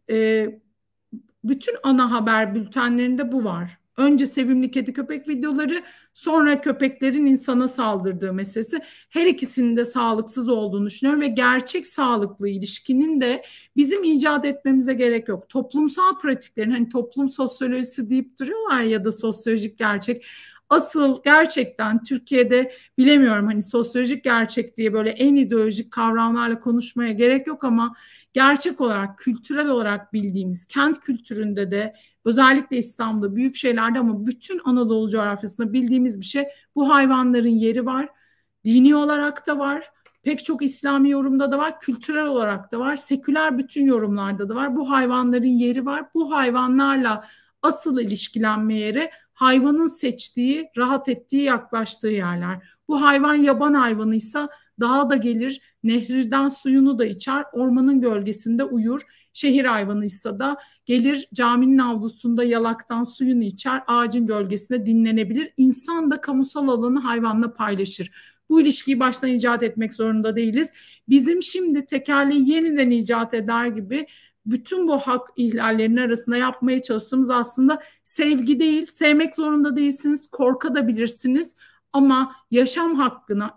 B: bütün ana haber bültenlerinde bu var. Önce sevimli kedi köpek videoları, sonra köpeklerin insana saldırdığı meselesi. Her ikisinin de sağlıksız olduğunu düşünüyorum ve gerçek sağlıklı ilişkinin de bizim icat etmemize gerek yok. Toplumsal pratiklerin, hani toplum sosyolojisi deyip duruyorlar ya da sosyolojik gerçek. Asıl gerçekten Türkiye'de, bilemiyorum, hani sosyolojik gerçek diye böyle en ideolojik kavramlarla konuşmaya gerek yok ama gerçek olarak, kültürel olarak bildiğimiz, kent kültüründe de, özellikle İstanbul'da, büyük şehirlerde ama bütün Anadolu coğrafyasında bildiğimiz bir şey, bu hayvanların yeri var. Dini olarak da var. Pek çok İslami yorumda da var. Kültürel olarak da var. Seküler bütün yorumlarda da var. Bu hayvanların yeri var. Bu hayvanlarla asıl ilişkilenme yeri hayvanın seçtiği, rahat ettiği, yaklaştığı yerler. Bu hayvan yaban hayvanıysa dağa da gelir, nehirden suyunu da içer, ormanın gölgesinde uyur. Şehir hayvanıysa da gelir, caminin avlusunda yalaktan suyunu içer, ağacın gölgesinde dinlenebilir. İnsan da kamusal alanı hayvanla paylaşır. Bu ilişkiyi baştan icat etmek zorunda değiliz. Bizim şimdi tekerleği yeniden icat eder gibi bütün bu hak ihlallerinin arasında yapmaya çalıştığımız aslında sevgi değil, sevmek zorunda değilsiniz, korkabilirsiniz ama yaşam hakkına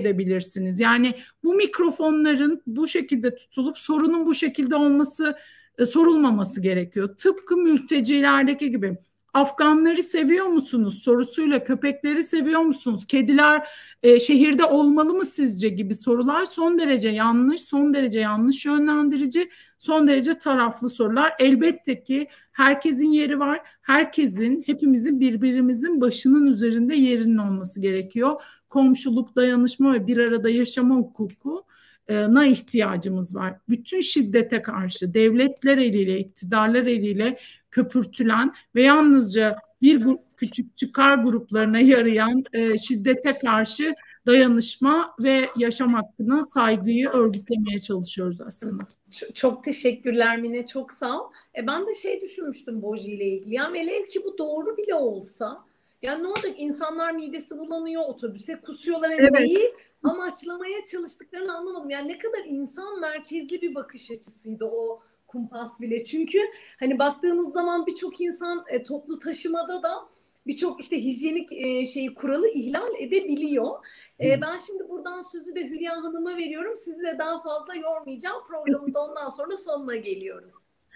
B: istemeyebilirsiniz. Yani bu mikrofonların bu şekilde tutulup sorunun bu şekilde olması sorulmaması gerekiyor. Tıpkı mültecilerdeki gibi. Afganları seviyor musunuz sorusuyla köpekleri seviyor musunuz? Kediler şehirde olmalı mı sizce gibi sorular son derece yanlış, son derece yanlış yönlendirici, son derece taraflı sorular. Elbette ki herkesin yeri var. Herkesin, hepimizin birbirimizin başının üzerinde yerinin olması gerekiyor. Komşuluk, dayanışma ve bir arada yaşama hukuku na ihtiyacımız var. Bütün şiddete karşı devletler eliyle, iktidarlar eliyle köpürtülen ve yalnızca küçük çıkar gruplarına yarayan şiddete karşı dayanışma ve yaşam hakkına saygıyı örgütlemeye çalışıyoruz aslında.
A: Çok teşekkürler Mine, çok sağ ol. Ben de düşünmüştüm Boji ile ilgili. Ya velev ki bu doğru bile olsa, ya ne olacak, insanlar midesi bulanıyor, otobüse kusuyorlar.
B: Evet.
A: Neyi amaçlamaya çalıştıklarını anlamadım. Yani ne kadar insan merkezli bir bakış açısıydı o kumpas bile. Çünkü hani baktığınız zaman birçok insan toplu taşımada da birçok hijyenik kuralı ihlal edebiliyor. Ben şimdi buradan sözü de Hülya Hanım'a veriyorum. Sizi de daha fazla yormayacağım. Programın da ondan sonra sonuna geliyoruz.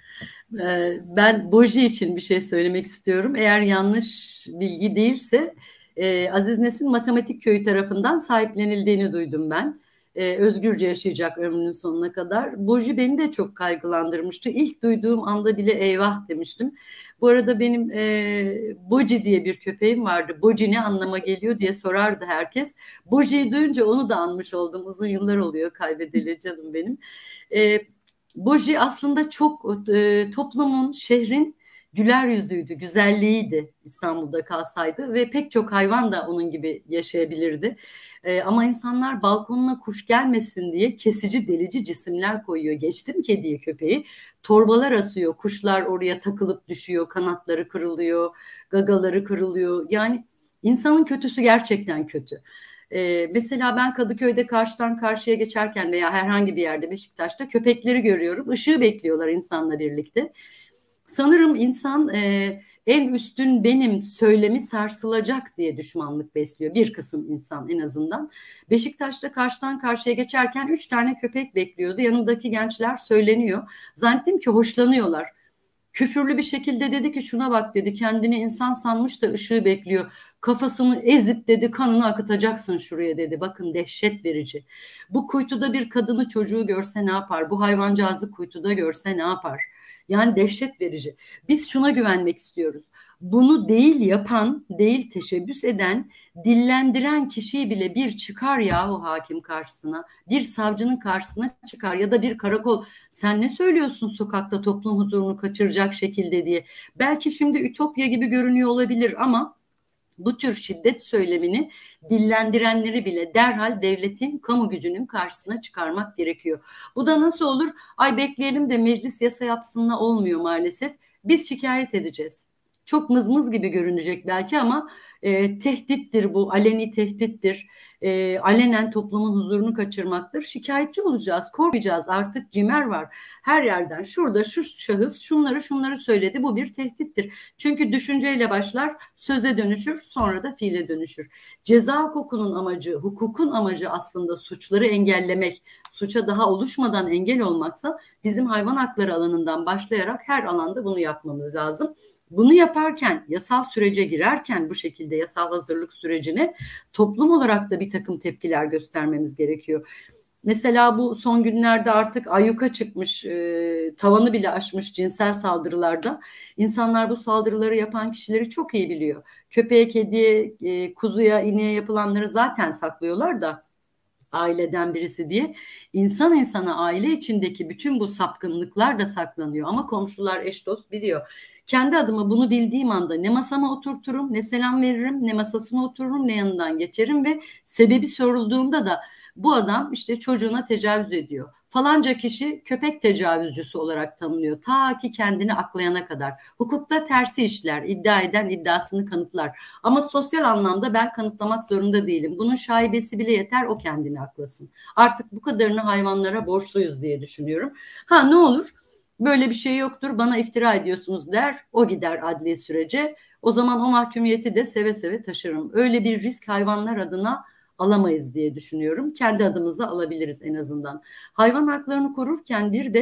C: Ben Boji için bir şey söylemek istiyorum. Eğer yanlış bilgi değilse Aziz Nesin Matematik Köyü tarafından sahiplenildiğini duydum ben. Özgürce yaşayacak ömrünün sonuna kadar. Boji beni de çok kaygılandırmıştı. İlk duyduğum anda bile eyvah demiştim. Bu arada benim Boji diye bir köpeğim vardı. Boji ne anlama geliyor diye sorardı herkes. Boji'yi duyunca onu da anmış oldum. Uzun yıllar oluyor kaybedeli canım benim. Boji aslında çok toplumun, şehrin güler yüzüydü, güzelliğiydi İstanbul'da kalsaydı ve pek çok hayvan da onun gibi yaşayabilirdi. Ama insanlar balkonuna kuş gelmesin diye kesici, delici cisimler koyuyor. Geçtim kediyi, köpeği. Torbalar asıyor, kuşlar oraya takılıp düşüyor, kanatları kırılıyor, gagaları kırılıyor. Yani insanın kötüsü gerçekten kötü. Mesela ben Kadıköy'de karşıdan karşıya geçerken veya herhangi bir yerde Beşiktaş'ta köpekleri görüyorum. Işığı bekliyorlar insanla birlikte. Sanırım insan en üstün benim söylemi sarsılacak diye düşmanlık besliyor. Bir kısım insan en azından. Beşiktaş'ta karşıdan karşıya geçerken 3 tane köpek bekliyordu. Yanındaki gençler söyleniyor. Zannettim ki hoşlanıyorlar. Küfürlü bir şekilde dedi ki şuna bak dedi, kendini insan sanmış da ışığı bekliyor. Kafasını ezip dedi kanını akıtacaksın şuraya dedi. Bakın dehşet verici. Bu kuytuda bir kadını çocuğu görse ne yapar? Bu hayvancağızı kuytuda görse ne yapar? Yani dehşet verici. Biz şuna güvenmek istiyoruz. Bunu değil yapan, değil teşebbüs eden, dillendiren kişiyi bile bir çıkar yahu hakim karşısına, bir savcının karşısına çıkar ya da bir karakol. Sen ne söylüyorsun sokakta toplum huzurunu kaçıracak şekilde diye. Belki şimdi ütopya gibi görünüyor olabilir ama bu tür şiddet söylemini dillendirenleri bile derhal devletin, kamu gücünün karşısına çıkarmak gerekiyor. Bu da nasıl olur? Ay bekleyelim de meclis yasa yapsınla olmuyor maalesef. Biz şikayet edeceğiz. Çok mızmız gibi görünecek belki ama tehdittir bu, aleni tehdittir. Alenen toplumun huzurunu kaçırmaktır. Şikayetçi olacağız, korkmayacağız. Artık cimer var. Her yerden şurada şu şahıs şunları söyledi. Bu bir tehdittir. Çünkü düşünceyle başlar, söze dönüşür, sonra da fiile dönüşür. Ceza hukukunun amacı, hukukun amacı aslında suçları engellemek, suça daha oluşmadan engel olmaksa bizim hayvan hakları alanından başlayarak her alanda bunu yapmamız lazım. Bunu yaparken, yasal sürece girerken bu şekilde yasal hazırlık sürecine toplum olarak da bir takım tepkiler göstermemiz gerekiyor. Mesela bu son günlerde artık ayyuka çıkmış, tavanı bile aşmış cinsel saldırılarda insanlar bu saldırıları yapan kişileri çok iyi biliyor. Köpeğe, kediye, kuzuya, ineğe yapılanları zaten saklıyorlar da aileden birisi diye. İnsan insana, aile içindeki bütün bu sapkınlıklar da saklanıyor ama komşular, eş dost biliyor. Kendi adıma bunu bildiğim anda ne masama oturturum, ne selam veririm, ne masasına otururum, ne yanından geçerim ve sebebi sorulduğunda da bu adam işte çocuğuna tecavüz ediyor. Falanca kişi köpek tecavüzcüsü olarak tanınıyor. Ta ki kendini aklayana kadar. Hukukta tersi işler, iddia eden iddiasını kanıtlar. Ama sosyal anlamda ben kanıtlamak zorunda değilim. Bunun şaibesi bile yeter, o kendini aklasın. Artık bu kadarını hayvanlara borçluyuz diye düşünüyorum. Ha ne olur? Böyle bir şey yoktur, bana iftira ediyorsunuz der, o gider adli sürece. O zaman o mahkumiyeti de seve seve taşırım. Öyle bir risk hayvanlar adına alamayız diye düşünüyorum. Kendi adımıza alabiliriz en azından. Hayvan haklarını korurken bir de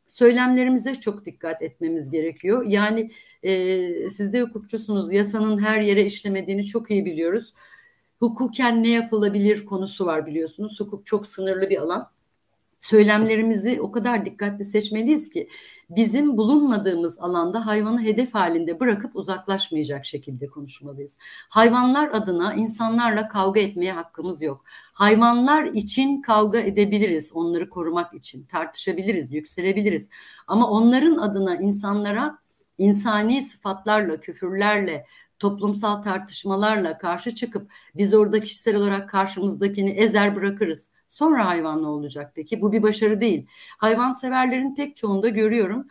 C: Söylemlerimize çok dikkat etmemiz gerekiyor. Yani siz de hukukçusunuz, yasanın her yere işlemediğini çok iyi biliyoruz. Hukuken ne yapılabilir konusu var biliyorsunuz. Hukuk çok sınırlı bir alan. Söylemlerimizi o kadar dikkatli seçmeliyiz ki bizim bulunmadığımız alanda hayvanı hedef halinde bırakıp uzaklaşmayacak şekilde konuşmalıyız. Hayvanlar adına insanlarla kavga etmeye hakkımız yok. Hayvanlar için kavga edebiliriz, onları korumak için tartışabiliriz, yükselebiliriz. Ama onların adına insanlara insani sıfatlarla, küfürlerle, toplumsal tartışmalarla karşı çıkıp biz orada kişisel olarak karşımızdakini ezer bırakırız. Sonra hayvan ne olacak peki? Bu bir başarı değil. Hayvanseverlerin pek çoğunda görüyorum.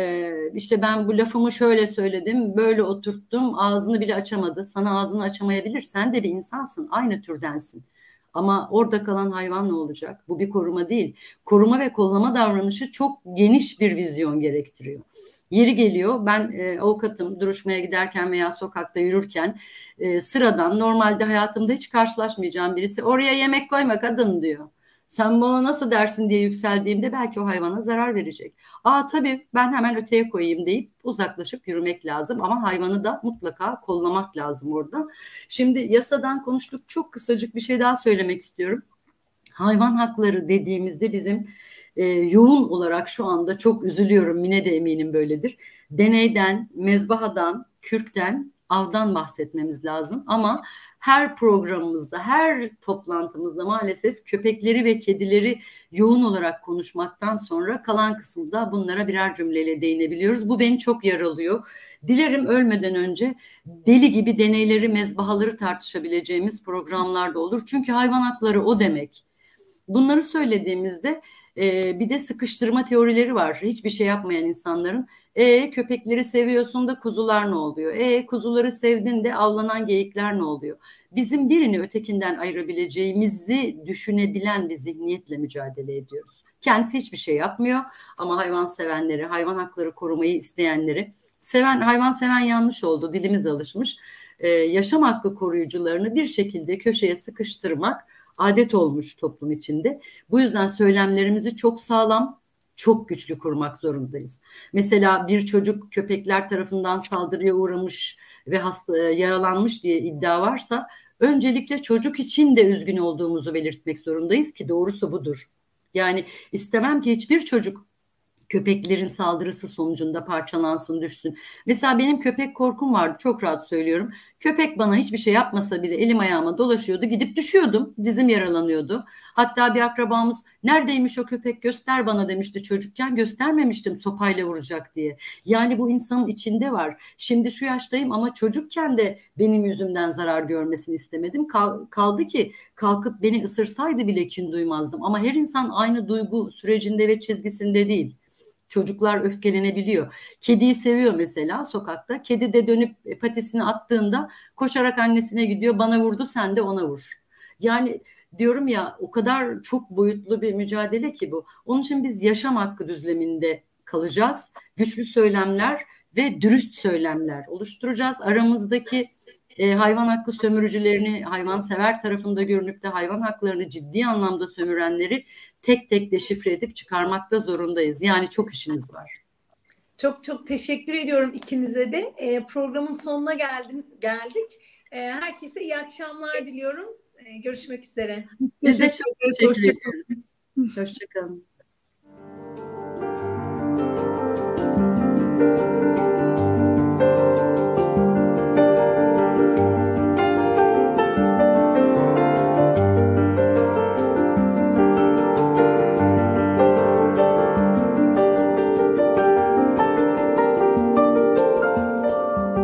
C: İşte ben bu lafımı şöyle söyledim, böyle oturttum, ağzını bile açamadı. Sana ağzını açamayabilir, sen de bir insansın, aynı türdensin. Ama orada kalan hayvan ne olacak? Bu bir koruma değil. Koruma ve kollama davranışı çok geniş bir vizyon gerektiriyor. Yeri geliyor, ben avukatım, duruşmaya giderken veya sokakta yürürken sıradan, normalde hayatımda hiç karşılaşmayacağım birisi oraya yemek koyma kadın diyor. Sen bana nasıl dersin diye yükseldiğimde belki o hayvana zarar verecek. Tabii ben hemen öteye koyayım deyip uzaklaşıp yürümek lazım ama hayvanı da mutlaka kollamak lazım orada. Şimdi yasadan konuştuk, çok kısacık bir şey daha söylemek istiyorum. Hayvan hakları dediğimizde bizim yoğun olarak şu anda çok üzülüyorum, Mine de eminim böyledir. Deneyden, mezbahadan, kürkten, avdan bahsetmemiz lazım ama her programımızda, her toplantımızda maalesef köpekleri ve kedileri yoğun olarak konuşmaktan sonra kalan kısımda bunlara birer cümleyle değinebiliyoruz. Bu beni çok yaralıyor. Dilerim ölmeden önce deli gibi deneyleri, mezbahaları tartışabileceğimiz programlarda olur. Çünkü hayvan hakları o demek. Bunları söylediğimizde bir de sıkıştırma teorileri var. Hiçbir şey yapmayan insanların. Köpekleri seviyorsun da kuzular ne oluyor? Kuzuları sevdin de avlanan geyikler ne oluyor? Bizim birini ötekinden ayırabileceğimizi düşünebilen bir zihniyetle mücadele ediyoruz. Kendisi hiçbir şey yapmıyor ama hayvan sevenleri, hayvan hakları korumayı isteyenleri hayvan seven yanlış oldu. Dilimiz alışmış. Yaşam hakkı koruyucularını bir şekilde köşeye sıkıştırmak adet olmuş toplum içinde. Bu yüzden söylemlerimizi çok sağlam, çok güçlü kurmak zorundayız. Mesela bir çocuk köpekler tarafından saldırıya uğramış ve yaralanmış diye iddia varsa öncelikle çocuk için de üzgün olduğumuzu belirtmek zorundayız ki doğrusu budur. Yani istemem ki hiçbir çocuk köpeklerin saldırısı sonucunda parçalansın, düşsün. Mesela benim köpek korkum vardı, çok rahat söylüyorum. Köpek bana hiçbir şey yapmasa bile elim ayağıma dolaşıyordu, gidip düşüyordum, dizim yaralanıyordu. Hatta bir akrabamız neredeymiş o köpek göster bana demişti çocukken, göstermemiştim sopayla vuracak diye. Yani bu insanın içinde var. Şimdi şu yaştayım ama çocukken de benim yüzümden zarar görmesini istemedim. Kaldı ki kalkıp beni ısırsaydı bile kin duymazdım. Ama her insan aynı duygu sürecinde ve çizgisinde değil. Çocuklar öfkelenebiliyor. Kediyi seviyor mesela sokakta. Kedi de dönüp patisini attığında koşarak annesine gidiyor. Bana vurdu, sen de ona vur. Yani diyorum ya, o kadar çok boyutlu bir mücadele ki bu. Onun için biz yaşam hakkı düzleminde kalacağız. Güçlü söylemler ve dürüst söylemler oluşturacağız. Aramızdaki hayvan hakkı sömürücülerini, hayvansever tarafında görünüp de hayvan haklarını ciddi anlamda sömürenleri tek tek deşifre edip çıkarmakta zorundayız. Yani çok işimiz var.
A: Çok çok teşekkür ediyorum ikinize de. Programın sonuna geldik. Herkese iyi akşamlar diliyorum. Görüşmek üzere.
C: Biz de çok teşekkür ederiz. Hoşçakalın.